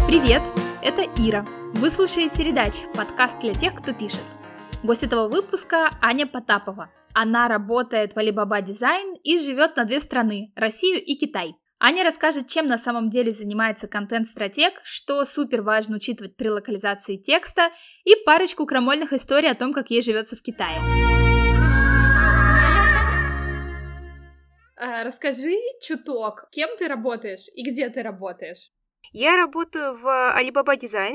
Привет, это Ира. Вы слушаете «Редач», подкаст для тех, кто пишет. Гость этого выпуска Аня Потапова. Она работает в Alibaba Design и живет на две страны – Россию и Китай. Аня расскажет, чем на самом деле занимается контент-стратег, что супер важно учитывать при локализации текста и парочку крамольных историй о том, как ей живется в Китае. Расскажи чуток, кем ты работаешь и где ты работаешь? Я работаю в Alibaba Design.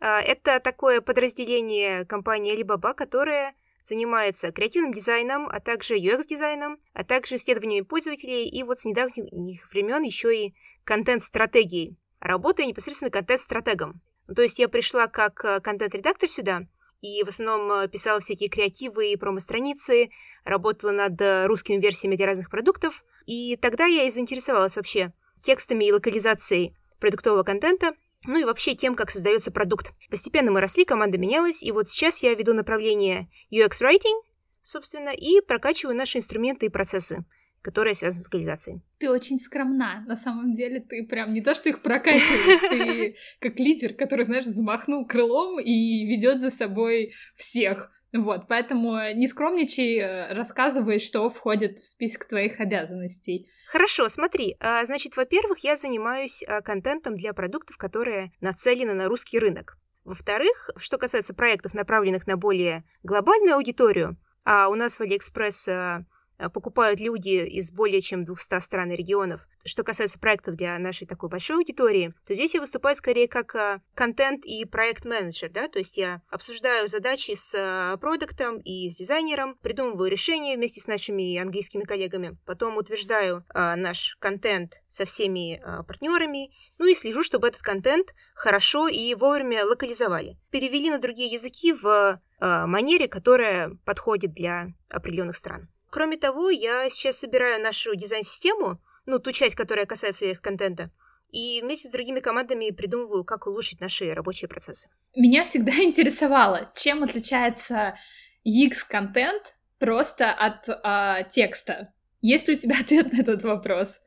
Это такое подразделение компании Alibaba, которое занимается креативным дизайном, а также UX-дизайном, а также исследованиями пользователей и вот с недавних времен еще и контент-стратегией. Работаю непосредственно контент-стратегом. То есть я пришла как контент-редактор сюда и в основном писала всякие креативы и промо-страницы, работала над русскими версиями для разных продуктов. И тогда я и заинтересовалась вообще текстами и локализацией продуктового контента, ну и вообще тем, как создается продукт. Постепенно мы росли, команда менялась, и вот сейчас я веду направление UX Writing, собственно, и прокачиваю наши инструменты и процессы, которые связаны с локализацией. Ты очень скромна, на самом деле, ты прям не то, что их прокачиваешь, ты как лидер, который, знаешь, взмахнул крылом и ведет за собой всех. Вот, поэтому не скромничай, рассказывай, что входит в список твоих обязанностей. Хорошо, смотри, значит, во-первых, я занимаюсь контентом для продуктов, которые нацелены на русский рынок. Во-вторых, что касается проектов, направленных на более глобальную аудиторию, а у нас в AliExpress покупают люди из более чем 200 стран и регионов. Что касается проектов для нашей такой большой аудитории, то здесь я выступаю скорее как контент и проект-менеджер, да, то есть я обсуждаю задачи с продуктом и с дизайнером, придумываю решения вместе с нашими английскими коллегами, потом утверждаю наш контент со всеми партнерами, ну и слежу, чтобы этот контент хорошо и вовремя локализовали. Перевели на другие языки в манере, которая подходит для определенных стран. Кроме того, я сейчас собираю нашу дизайн-систему, ту часть, которая касается UX-контента, и вместе с другими командами придумываю, как улучшить наши рабочие процессы. Меня всегда интересовало, чем отличается UX-контент просто от текста. Есть ли у тебя ответ на этот вопрос?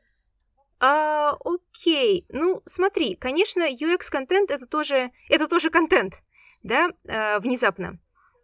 Окей. Смотри, конечно, UX-контент это тоже контент, да, внезапно.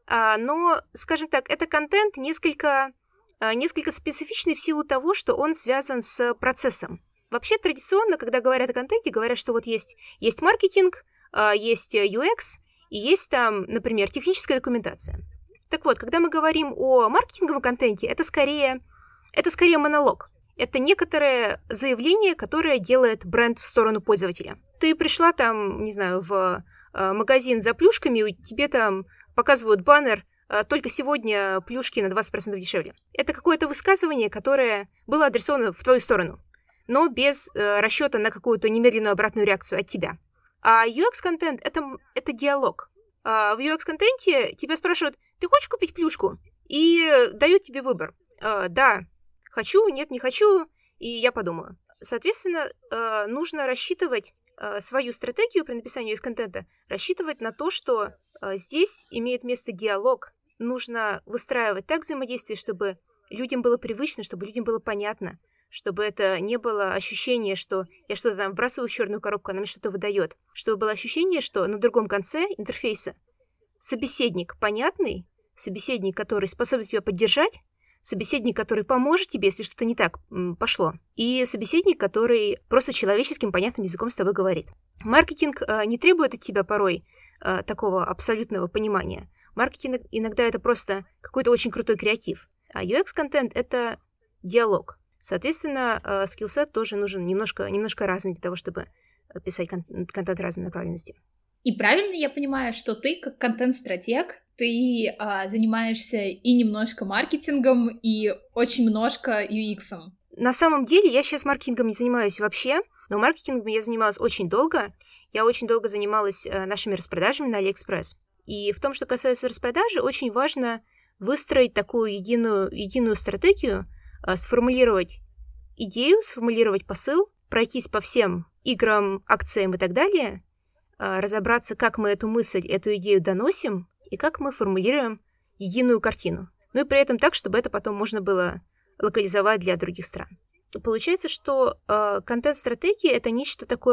Но, скажем так, это контент несколько специфичный в силу того, что он связан с процессом. Вообще традиционно, когда говорят о контенте, говорят, что вот есть маркетинг, есть UX, и есть там, например, техническая документация. Так вот, когда мы говорим о маркетинговом контенте, это скорее монолог. Это некоторое заявление, которое делает бренд в сторону пользователя. Ты пришла там, не знаю, в магазин за плюшками, и тебе там показывают баннер «Только сегодня плюшки на 20% дешевле». Это какое-то высказывание, которое было адресовано в твою сторону, но без расчета на какую-то немедленную обратную реакцию от тебя. А UX-контент — это диалог. В UX-контенте тебя спрашивают: «Ты хочешь купить плюшку?» И дают тебе выбор. Да, хочу, нет, не хочу, и я подумаю. Соответственно, нужно рассчитывать свою стратегию при написании UX-контента, рассчитывать на то, что здесь имеет место диалог. Нужно выстраивать так взаимодействие, чтобы людям было привычно, чтобы людям было понятно, чтобы это не было ощущение, что я что-то там вбрасываю в черную коробку, она мне что-то выдает. Чтобы было ощущение, что на другом конце интерфейса собеседник понятный, собеседник, который способен тебя поддержать, собеседник, который поможет тебе, если что-то не так пошло, и собеседник, который просто человеческим понятным языком с тобой говорит. Маркетинг не требует от тебя порой такого абсолютного понимания. Маркетинг иногда это просто какой-то очень крутой креатив. А UX-контент — это диалог. Соответственно, скиллсет тоже нужен немножко разный для того, чтобы писать контент разной направленности. И правильно я понимаю, что ты как контент-стратег, ты занимаешься и немножко маркетингом, и очень немножко UX-ом? На самом деле я сейчас маркетингом не занимаюсь вообще, но маркетингом я занималась очень долго. Я очень долго занималась нашими распродажами на AliExpress. И в том, что касается распродажи, очень важно выстроить такую единую стратегию, сформулировать идею, сформулировать посыл, пройтись по всем играм, акциям и так далее, разобраться, как мы эту мысль, эту идею доносим и как мы формулируем единую картину. Ну и при этом так, чтобы это потом можно было локализовать для других стран. Получается, что контент-стратегия — это нечто такое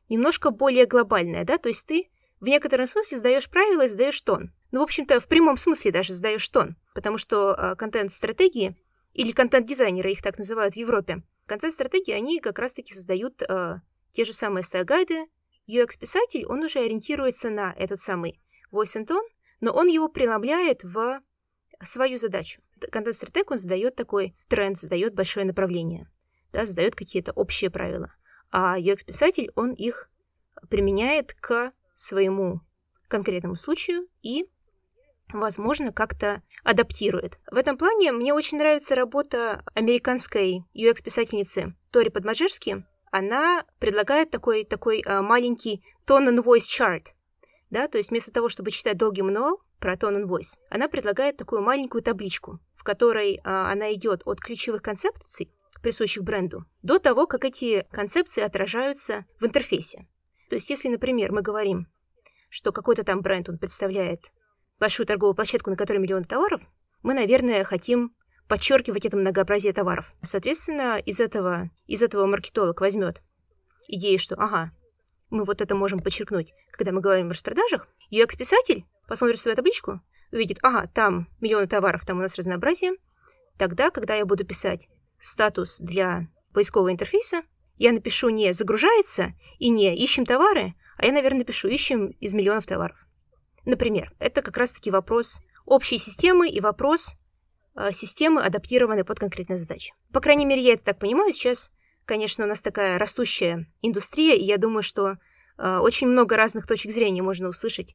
немножко более глобальная, да, то есть ты в некотором смысле задаешь правила и задаешь тон. Ну, в общем-то, в прямом смысле даже задаешь тон, потому что контент-стратегии или контент-дизайнеры, их так называют в Европе, контент-стратегии, они как раз-таки создают те же самые стайл-гайды. UX-писатель, он уже ориентируется на этот самый voice and tone, но он его преломляет в свою задачу. Контент-стратег, он задает такой тренд, задает большое направление, да, задает какие-то общие правила. А UX-писатель, он их применяет к своему конкретному случаю и, возможно, как-то адаптирует. В этом плане мне очень нравится работа американской UX-писательницы Тори Подмаджирски. Она предлагает такой маленький tone and voice chart. Да, то есть вместо того, чтобы читать долгий мануал про tone and voice, она предлагает такую маленькую табличку, в которой она идет от ключевых концепций, присущих бренду, до того, как эти концепции отражаются в интерфейсе. То есть если, например, мы говорим, что какой-то там бренд, он представляет большую торговую площадку, на которой миллионы товаров, мы, наверное, хотим подчеркивать это многообразие товаров. Соответственно, из этого маркетолог возьмет идею, что, мы вот это можем подчеркнуть, когда мы говорим о распродажах. UX-писатель посмотрит свою табличку, увидит, там миллионы товаров, там у нас разнообразие. Тогда, когда я буду писать статус для поискового интерфейса, я напишу не «загружается» и не «ищем товары», а я, наверное, напишу «ищем из миллионов товаров». Например, это как раз-таки вопрос общей системы и вопрос системы, адаптированной под конкретные задачи. По крайней мере, я это так понимаю. Сейчас, конечно, у нас такая растущая индустрия, и я думаю, что очень много разных точек зрения можно услышать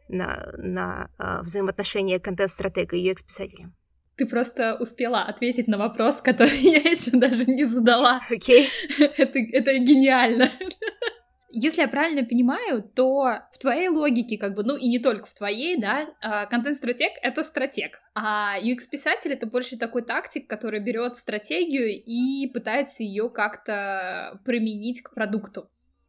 на взаимоотношения контент-стратега и UX-писателя. Ты просто успела ответить на вопрос, который я еще даже не задала. Окей. Это гениально. Если я правильно понимаю, то в твоей логике, и не только в твоей, да, контент-стратег — это стратег, а UX-писатель — это больше такой тактик, который берет стратегию и пытается ее как-то применить к продукту.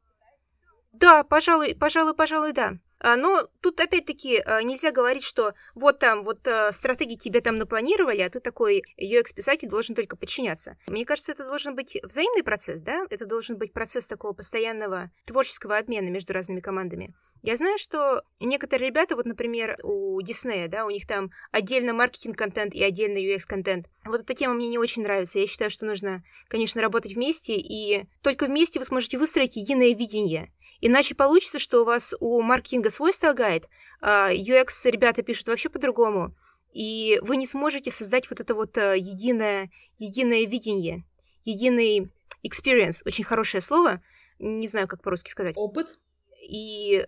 Да, пожалуй, да. Но тут опять-таки нельзя говорить, что стратегии тебе там напланировали, а ты такой UX-писатель должен только подчиняться. Мне кажется, это должен быть взаимный процесс, да? Это должен быть процесс такого постоянного творческого обмена между разными командами. Я знаю, что некоторые ребята, например, у Disney, да, у них там отдельно маркетинг-контент и отдельно UX-контент. Вот эта тема мне не очень нравится. Я считаю, что нужно, конечно, работать вместе, и только вместе вы сможете выстроить единое видение. Иначе получится, что у вас у маркетинга свой стайл-гайд, а UX ребята пишут вообще по-другому, и вы не сможете создать вот это единое видение, единый experience, очень хорошее слово, не знаю, как по-русски сказать. Опыт? И...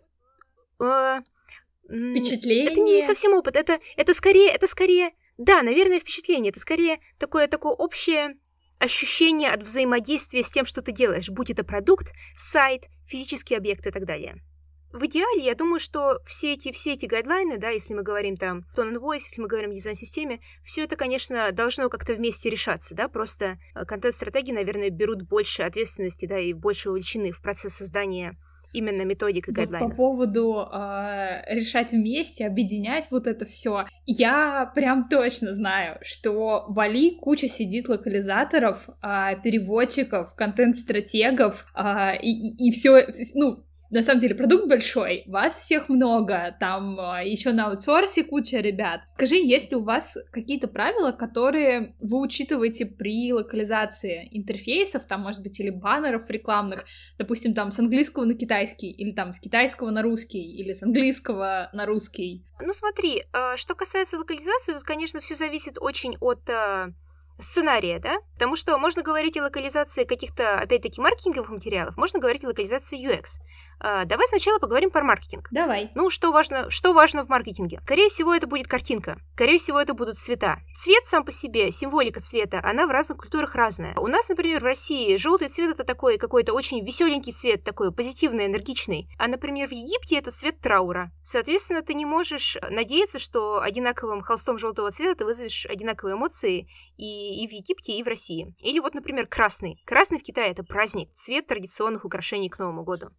Впечатление? Это не совсем опыт, это скорее, да, наверное, впечатление, это скорее такое общее ощущение от взаимодействия с тем, что ты делаешь, будь это продукт, сайт, физический объект и так далее. В идеале, я думаю, что все эти гайдлайны, да, если мы говорим там tone and voice, если мы говорим о дизайн-системе, все это, конечно, должно как-то вместе решаться, да, просто контент-стратегии, наверное, берут больше ответственности, да, и больше увлечены в процесс создания именно методик и гайдлайнов. По поводу решать вместе, объединять вот это все, я прям точно знаю, что в Али куча сидит локализаторов, переводчиков, контент-стратегов, и все, на самом деле, продукт большой, вас всех много, там еще на аутсорсе куча ребят. Скажи, есть ли у вас какие-то правила, которые вы учитываете при локализации интерфейсов, там, может быть, или баннеров рекламных, допустим, там, с английского на китайский, или там, с китайского на русский, или с английского на русский? Ну, смотри, что касается локализации, тут, конечно, все зависит очень от... сценария, да? Потому что можно говорить о локализации каких-то, опять-таки, маркетинговых материалов, можно говорить о локализации UX. Давай сначала поговорим про маркетинг. Давай. Что важно в маркетинге? Скорее всего, это будет картинка. Скорее всего, это будут цвета. Цвет сам по себе, символика цвета, она в разных культурах разная. У нас, например, в России желтый цвет — это такой какой-то очень веселенький цвет, такой позитивный, энергичный. А, например, в Египте это цвет траура. Соответственно, ты не можешь надеяться, что одинаковым холстом желтого цвета ты вызовешь одинаковые эмоции и в Египте, и в России. Или например, красный. Красный в Китае — это праздник, цвет традиционных украшений к Новому году. В Европе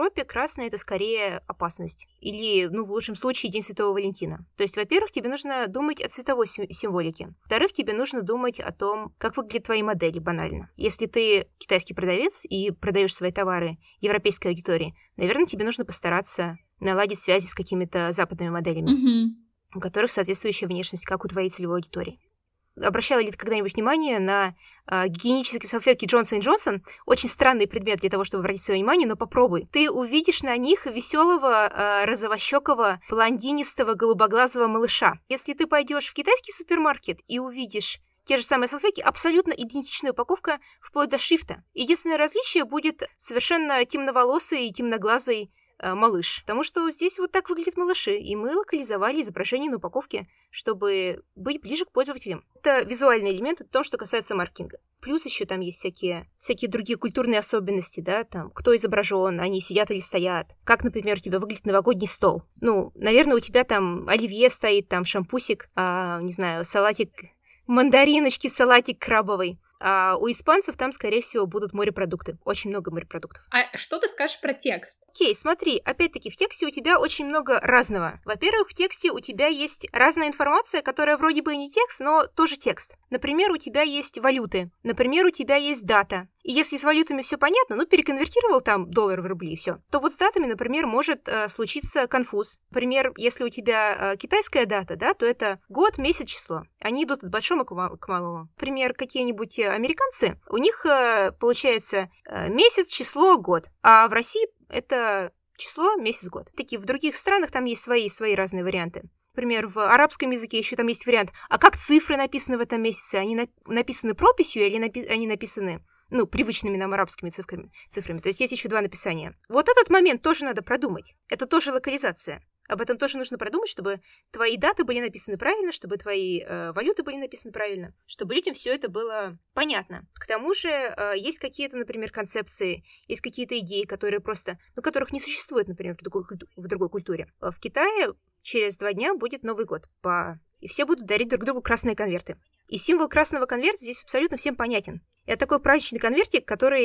Европе красный — это скорее опасность. Или, в лучшем случае, День Святого Валентина. То есть, во-первых, тебе нужно думать о цветовой символике. Во-вторых, тебе нужно думать о том, как выглядят твои модели, банально. Если ты китайский продавец и продаешь свои товары европейской аудитории, наверное, тебе нужно постараться наладить связи с какими-то западными моделями, у которых соответствующая внешность, как у твоей целевой аудитории. Обращала ли ты когда-нибудь внимание на гигиенические салфетки Johnson & Johnson? Очень странный предмет для того, чтобы обратить свое внимание, но попробуй. Ты увидишь на них веселого, розовощекого, блондинистого, голубоглазого малыша. Если ты пойдешь в китайский супермаркет и увидишь те же самые салфетки, абсолютно идентичная упаковка вплоть до шрифта. Единственное различие будет совершенно темноволосый и темноглазый малыш. Потому что здесь вот так выглядят малыши, и мы локализовали изображение на упаковке, чтобы быть ближе к пользователям. Это визуальный элемент, это то, что касается маркетинга. Плюс еще там есть всякие другие культурные особенности, да, там, кто изображен, они сидят или стоят, как, например, у тебя выглядит новогодний стол. Наверное, у тебя там оливье стоит, там шампусик, не знаю, салатик, мандариночки, салатик крабовый. А у испанцев там, скорее всего, будут морепродукты. Очень много морепродуктов. А что ты скажешь про текст? Окей, смотри, опять-таки, в тексте у тебя очень много разного. Во-первых, в тексте у тебя есть разная информация, которая вроде бы и не текст, но тоже текст. Например, у тебя есть валюты. Например, у тебя есть дата. И если с валютами все понятно, переконвертировал там доллар в рубли и все, то вот с датами, например, может случиться конфуз. Например, если у тебя китайская дата, да, то это год, месяц, число. Они идут от большого к малому. Например, какие-нибудь американцы, у них получается месяц, число, год. А в России это число, месяц, год. Такие в других странах там есть свои разные варианты. Например, в арабском языке еще там есть вариант, а как цифры написаны в этом месяце? Они написаны прописью или они написаны привычными нам арабскими цифрами. То есть еще два написания. Вот этот момент тоже надо продумать. Это тоже локализация. Об этом тоже нужно продумать, чтобы твои даты были написаны правильно, чтобы твои валюты были написаны правильно, чтобы людям все это было понятно. К тому же есть какие-то, например, концепции, есть какие-то идеи, которые просто, которых не существует, например, в другой культуре. В Китае через 2 дня будет Новый год, и все будут дарить друг другу красные конверты. И символ красного конверта здесь абсолютно всем понятен. Это такой праздничный конвертик, в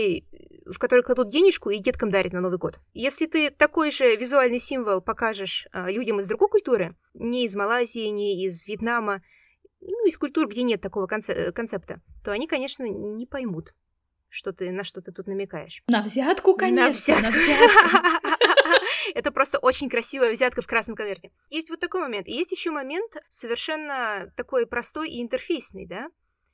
который кладут денежку и деткам дарят на Новый год. Если ты такой же визуальный символ покажешь людям из другой культуры, не из Малайзии, не из Вьетнама, из культур, где нет такого концепта, то они, конечно, не поймут, на что ты тут намекаешь. На взятку, конечно. На взятку. Это просто очень красивая взятка в красном конверте. Есть вот такой момент. И есть еще момент совершенно такой простой и интерфейсный, да?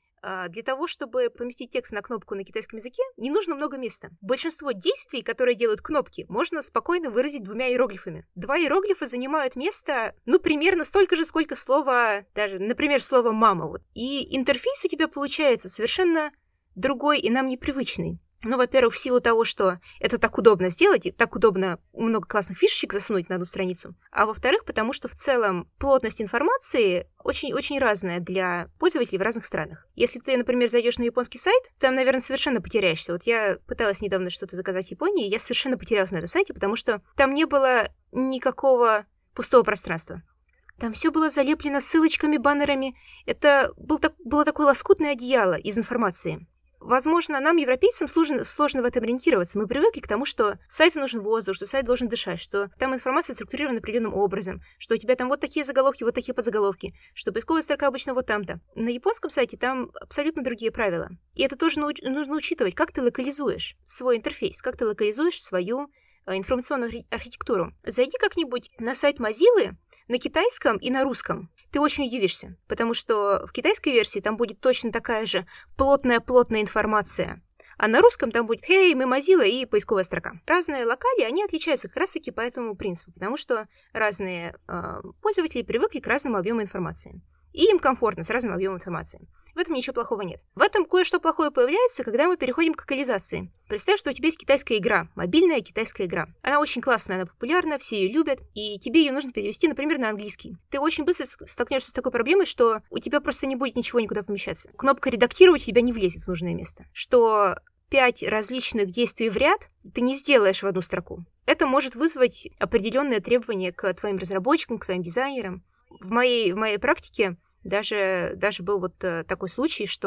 Для того, чтобы поместить текст на кнопку на китайском языке, не нужно много места. Большинство действий, которые делают кнопки, можно спокойно выразить 2 иероглифами. 2 иероглифа занимают место, примерно столько же, сколько слово, даже, например, слово «мама». И интерфейс у тебя получается совершенно другой и нам непривычный. Во-первых, в силу того, что это так удобно сделать, и так удобно много классных фишечек засунуть на одну страницу. А во-вторых, потому что в целом плотность информации очень-очень разная для пользователей в разных странах. Если ты, например, зайдешь на японский сайт, там, наверное, совершенно потеряешься. Вот я пыталась недавно что-то заказать в Японии, и я совершенно потерялась на этом сайте, потому что там не было никакого пустого пространства. Там все было залеплено ссылочками, баннерами. Это было такое лоскутное одеяло из информации. Возможно, нам, европейцам, сложно в этом ориентироваться. Мы привыкли к тому, что сайту нужен воздух, что сайт должен дышать, что там информация структурирована определенным образом, что у тебя там вот такие заголовки, вот такие подзаголовки, что поисковая строка обычно вот там-то. На японском сайте там абсолютно другие правила. И это тоже нужно учитывать, как ты локализуешь свой интерфейс, как ты локализуешь свою информационную архитектуру. Зайди как-нибудь на сайт Mozilla на китайском и на русском. Ты очень удивишься, потому что в китайской версии там будет точно такая же плотная информация, а на русском там будет «Хей, мы Mozilla» и поисковая строка. Разные локали, они отличаются как раз-таки по этому принципу, потому что разные пользователи привыкли к разному объему информации. И им комфортно с разным объемом информации. В этом ничего плохого нет. В этом кое-что плохое появляется, когда мы переходим к локализации. Представь, что у тебя есть китайская игра, мобильная китайская игра. Она очень классная, она популярна, все ее любят, и тебе ее нужно перевести, например, на английский. Ты очень быстро столкнешься с такой проблемой, что у тебя просто не будет ничего никуда помещаться. Кнопка «Редактировать» у тебя не влезет в нужное место. Что 5 различных действий в ряд ты не сделаешь в одну строку. Это может вызвать определенные требования к твоим разработчикам, к твоим дизайнерам. В моей практике даже был вот такой случай, что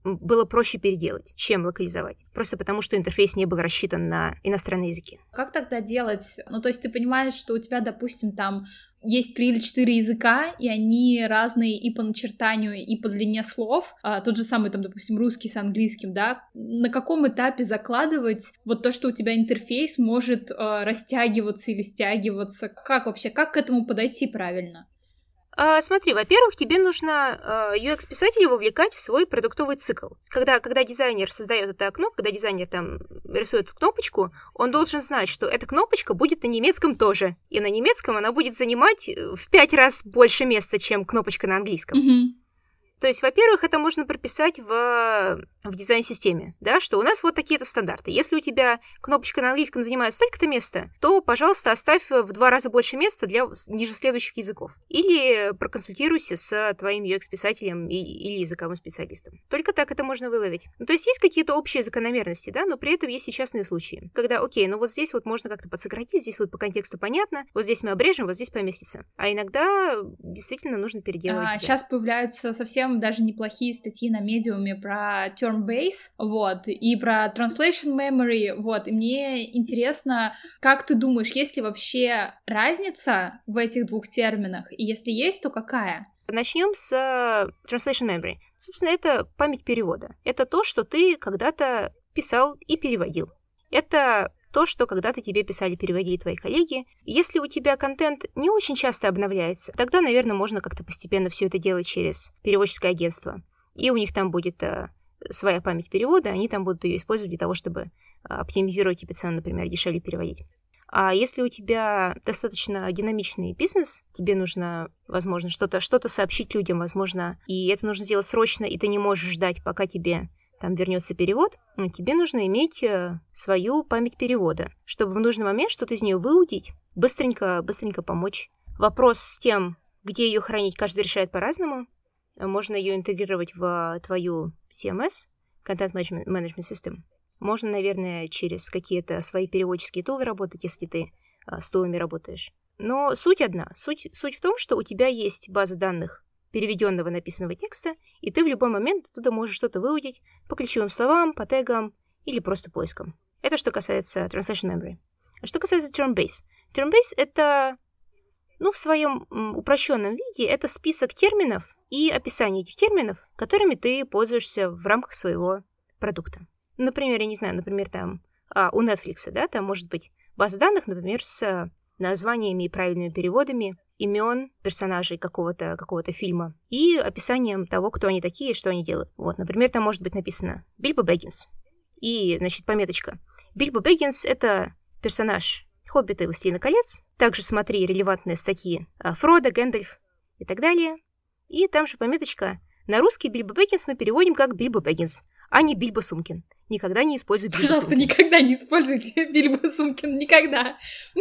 было проще переделать, чем локализовать. Просто потому, что интерфейс не был рассчитан на иностранные языки. Как тогда делать? Ну, то есть ты понимаешь, что у тебя, допустим, там есть 3 или 4 языка, и они разные и по начертанию, и по длине слов. Тот же самый, там, допустим, русский с английским, да? На каком этапе закладывать вот то, что у тебя интерфейс может растягиваться или стягиваться? Как вообще, как к этому подойти правильно? Смотри, во-первых, тебе нужно UX-писателя вовлекать в свой продуктовый цикл. Когда дизайнер создает это окно, когда дизайнер там рисует кнопочку, он должен знать, что эта кнопочка будет на немецком тоже. И на немецком она будет занимать в 5 раз больше места, чем кнопочка на английском. То есть, во-первых, это можно прописать в дизайн-системе, да, что у нас вот такие-то стандарты. Если у тебя кнопочка на английском занимает столько-то места, то, пожалуйста, оставь в 2 раза больше места для ниже следующих языков. Или проконсультируйся с твоим UX-писателем или языковым специалистом. Только так это можно выловить. Ну, то есть, есть какие-то общие закономерности, да, но при этом есть и частные случаи. Когда, окей, ну вот здесь вот можно как-то подсократить, здесь вот по контексту понятно, вот здесь мы обрежем, вот здесь поместится. А иногда действительно нужно переделывать дизайн. Сейчас появляются совсем даже неплохие статьи на медиуме про term-base, вот, и про translation memory, вот, и мне интересно, как ты думаешь, есть ли вообще разница в этих двух терминах, и если есть, то какая? Начнем с translation memory. Собственно, это память перевода. Это то, что ты когда-то писал и переводил. Это то, что когда-то тебе писали, переводили твои коллеги. Если у тебя контент не очень часто обновляется, тогда, наверное, можно как-то постепенно все это делать через переводческое агентство. И у них там будет своя память перевода, они там будут ее использовать для того, чтобы оптимизировать тебе цену, например, дешевле переводить. А если у тебя достаточно динамичный бизнес, тебе нужно, возможно, что-то сообщить людям, возможно, и это нужно сделать срочно, и ты не можешь ждать, пока тебе там вернется перевод, тебе нужно иметь свою память перевода, чтобы в нужный момент что-то из нее выудить, быстренько помочь. Вопрос с тем, где ее хранить, каждый решает по-разному. Можно ее интегрировать в твою CMS, Content Management System. Можно, наверное, через какие-то свои переводческие тулы работать, если ты с тулами работаешь. Но суть одна. Суть в том, что у тебя есть база данных переведенного написанного текста, и ты в любой момент оттуда можешь что-то выудить по ключевым словам, по тегам или просто поиском. Это что касается Translation Memory. А что касается Term-Base. Term-Base — это, в своем упрощенном виде, это список терминов и описание этих терминов, которыми ты пользуешься в рамках своего продукта. Например, я не знаю, там у Netflix, да, там может быть база данных, например, с названиями и правильными переводами имен персонажей какого-то фильма и описанием того, кто они такие и что они делают. Вот, например, там может быть написано Бильбо Бэггинс. И, пометочка. Бильбо Бэггинс — это персонаж «Хоббита» и «Властелина колец». Также смотри релевантные статьи Фродо, Гэндальф и так далее. И там же пометочка. На русский Бильбо Бэггинс мы переводим как Бильбо Бэггинс, а не Бильбо Сумкин. Никогда не используй Бильбо Сумкин. Пожалуйста, никогда не используйте Бильбо Сумкин. Никогда.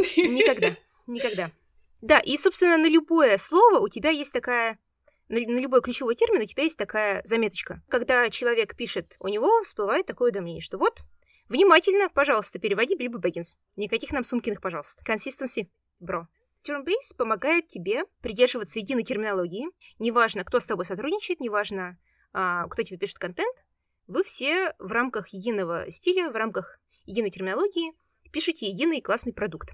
Никогда. Да, и, собственно, на любое слово у тебя есть такая... На любой ключевой термин у тебя есть такая заметочка. Когда человек пишет, у него всплывает такое уведомление, что вот, внимательно, пожалуйста, переводи Бильбо Бэггинс. Никаких нам Сумкиных, пожалуйста. Consistency, бро. Term-Base помогает тебе придерживаться единой терминологии. Неважно, кто с тобой сотрудничает, неважно, кто тебе пишет контент. Вы все в рамках единого стиля, в рамках единой терминологии пишете единый классный продукт.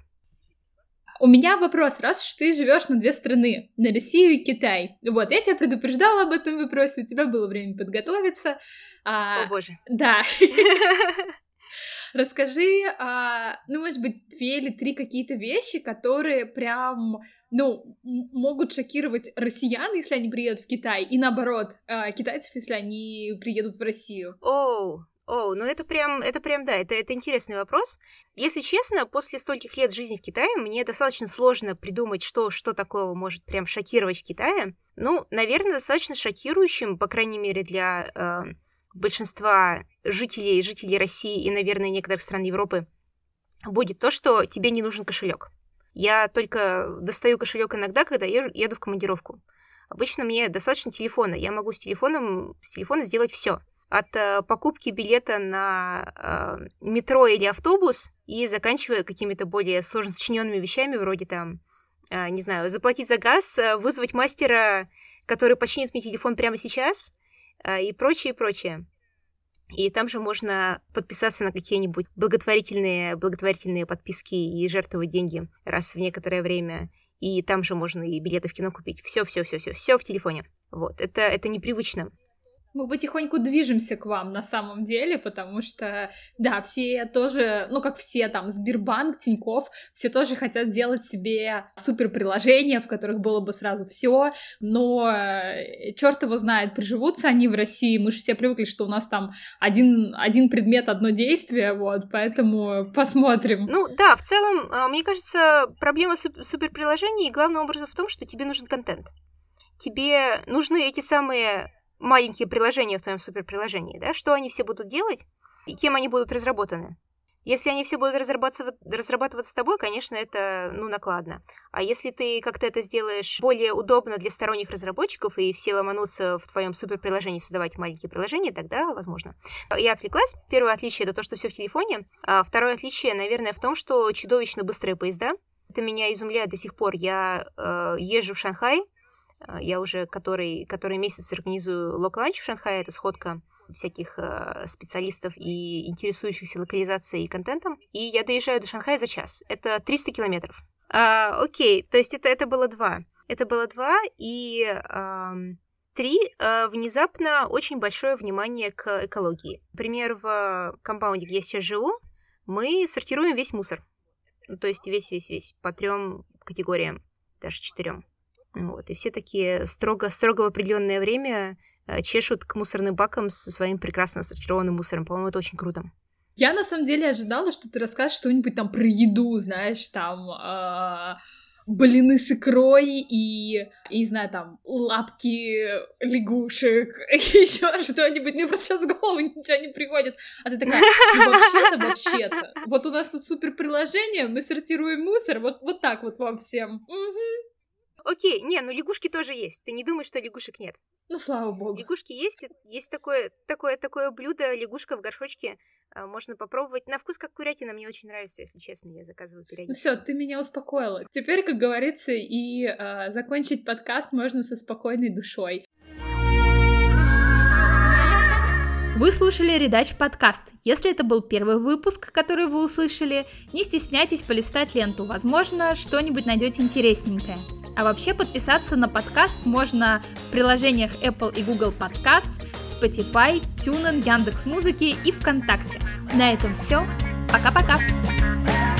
У меня вопрос, раз уж ты живешь на 2 страны, на Россию и Китай. Вот, я тебя предупреждала об этом вопросе, у тебя было время подготовиться. О боже. Да. Расскажи, может быть, 2 или 3 какие-то вещи, которые прям, могут шокировать россиян, если они приедут в Китай, и наоборот, китайцев, если они приедут в Россию. Это интересный вопрос. Если честно, после стольких лет жизни в Китае мне достаточно сложно придумать, что такого может прям шокировать в Китае. Наверное, достаточно шокирующим, по крайней мере, для большинства жителей России и, наверное, некоторых стран Европы, будет то, что тебе не нужен кошелек. Я только достаю кошелек иногда, когда еду в командировку. Обычно мне достаточно телефона. Я могу с телефона сделать все. От покупки билета на метро или автобус и заканчивая какими-то более сложно сочиненными вещами, вроде заплатить за газ, вызвать мастера, который починит мне телефон прямо сейчас, и прочее. И там же можно подписаться на какие-нибудь благотворительные подписки и жертвовать деньги раз в некоторое время. И там же можно и билеты в кино купить. Все в телефоне. Вот, это непривычно. Мы потихоньку движемся к вам на самом деле, потому что, да, все тоже, как все там, Сбербанк, Тинькофф, все тоже хотят делать себе суперприложения, в которых было бы сразу все, но черт его знает, приживутся они в России, мы же все привыкли, что у нас там один предмет, одно действие, вот, поэтому посмотрим. Да, в целом, мне кажется, проблема суперприложений главным образом в том, что тебе нужен контент. Тебе нужны эти самые маленькие приложения в твоем суперприложении, да, что они все будут делать и кем они будут разработаны. Если они все будут разрабатываться с тобой, конечно, это, накладно. А если ты как-то это сделаешь более удобно для сторонних разработчиков и все ломанутся в твоем суперприложении создавать маленькие приложения, тогда возможно. Я отвлеклась. Первое отличие — это то, что все в телефоне. А второе отличие, наверное, в том, что чудовищно быстрые поезда. Это меня изумляет до сих пор. Я езжу в Шанхай. Я уже который месяц организую лок-ланч в Шанхае. Это сходка всяких специалистов и интересующихся локализацией и контентом. И я доезжаю до Шанхая за час. Это 300 километров. Окей, то есть это было 2. Это было 2, и 3. Внезапно очень большое внимание к экологии. Например, в компаунде, где я сейчас живу, мы сортируем весь мусор. То есть весь по 3 категориям, даже 4. Вот, и все такие строго в определенное время чешут к мусорным бакам со своим прекрасно сортированным мусором. По-моему, это очень круто. Я, на самом деле, ожидала, что ты расскажешь что-нибудь там про еду, знаешь, там блины с икрой и, не знаю, там, лапки лягушек, еще что-нибудь. Мне просто сейчас в голову ничего не приходит. А ты такая, вообще-то. Вот у нас тут суперприложение, мы сортируем мусор, вот так вот вам всем. Окей, лягушки тоже есть. Ты не думаешь, что лягушек нет? Слава богу. Лягушки есть. Есть такое блюдо, лягушка в горшочке. Можно попробовать. На вкус как курятина, мне очень нравится, если честно. Я заказываю периодически. Все, ты меня успокоила. Теперь, как говорится, и закончить подкаст можно со спокойной душой. Вы слушали Редач подкаст. Если это был первый выпуск, который вы услышали, не стесняйтесь полистать ленту. Возможно, что-нибудь найдете интересненькое. А вообще подписаться на подкаст можно в приложениях Apple и Google Podcasts, Spotify, TuneIn, Яндекс.Музыки и ВКонтакте. На этом все. Пока-пока!